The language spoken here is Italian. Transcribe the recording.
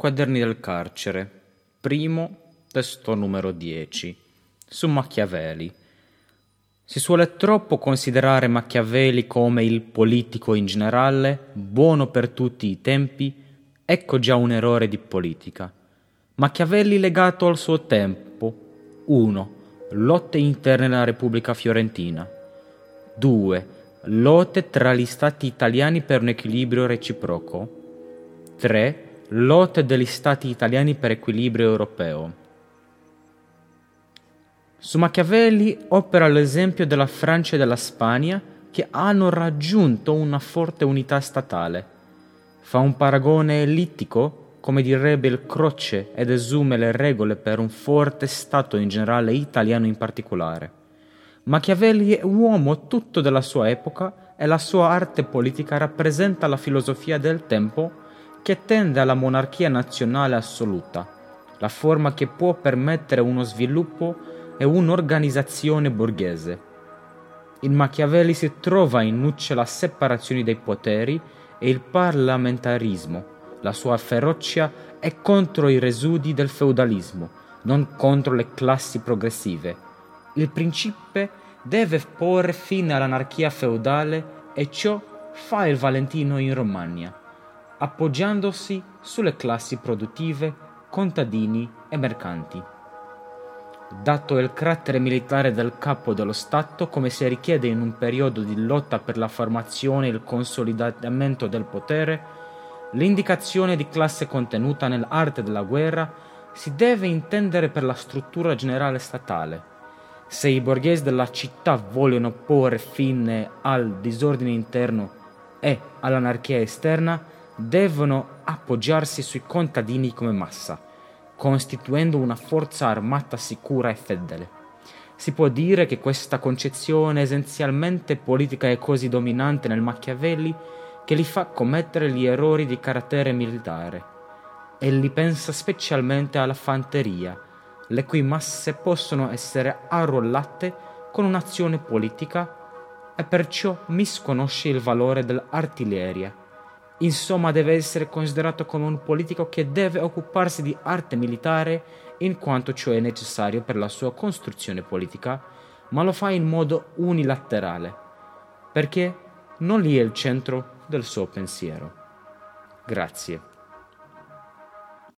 Quaderni del carcere, primo, testo numero 10, su Machiavelli. Si suole troppo considerare Machiavelli come il politico in generale, buono per tutti i tempi, ecco già un errore di politica. Machiavelli legato al suo tempo. 1. Lotte interne nella Repubblica Fiorentina. 2. Lotte tra gli stati italiani per un equilibrio reciproco. 3. Lotte degli stati italiani per equilibrio europeo. Su Machiavelli opera l'esempio della Francia e della Spagna che hanno raggiunto una forte unità statale. Fa un paragone ellittico, come direbbe il Croce, ed esume le regole per un forte stato in generale, italiano in particolare. Machiavelli è uomo tutto della sua epoca e la sua arte politica rappresenta la filosofia del tempo che tende alla monarchia nazionale assoluta, la forma che può permettere uno sviluppo e un'organizzazione borghese. In Machiavelli si trova in nuce la separazione dei poteri e il parlamentarismo. La sua ferocia è contro i residi del feudalismo, non contro le classi progressive. Il principe deve porre fine all'anarchia feudale e ciò fa il Valentino in Romagna, appoggiandosi sulle classi produttive, contadini e mercanti. Dato il carattere militare del capo dello Stato, come si richiede in un periodo di lotta per la formazione e il consolidamento del potere, l'indicazione di classe contenuta nell'arte della guerra si deve intendere per la struttura generale statale. Se i borghesi della città vogliono porre fine al disordine interno e all'anarchia esterna, devono appoggiarsi sui contadini come massa, costituendo una forza armata sicura e fedele. Si può dire che questa concezione essenzialmente politica è così dominante nel Machiavelli che li fa commettere gli errori di carattere militare. Egli pensa specialmente alla fanteria, le cui masse possono essere arruolate con un'azione politica e perciò misconosce il valore dell'artiglieria. Insomma, deve essere considerato come un politico che deve occuparsi di arte militare in quanto ciò è necessario per la sua costruzione politica, ma lo fa in modo unilaterale, perché non lì è il centro del suo pensiero. Grazie.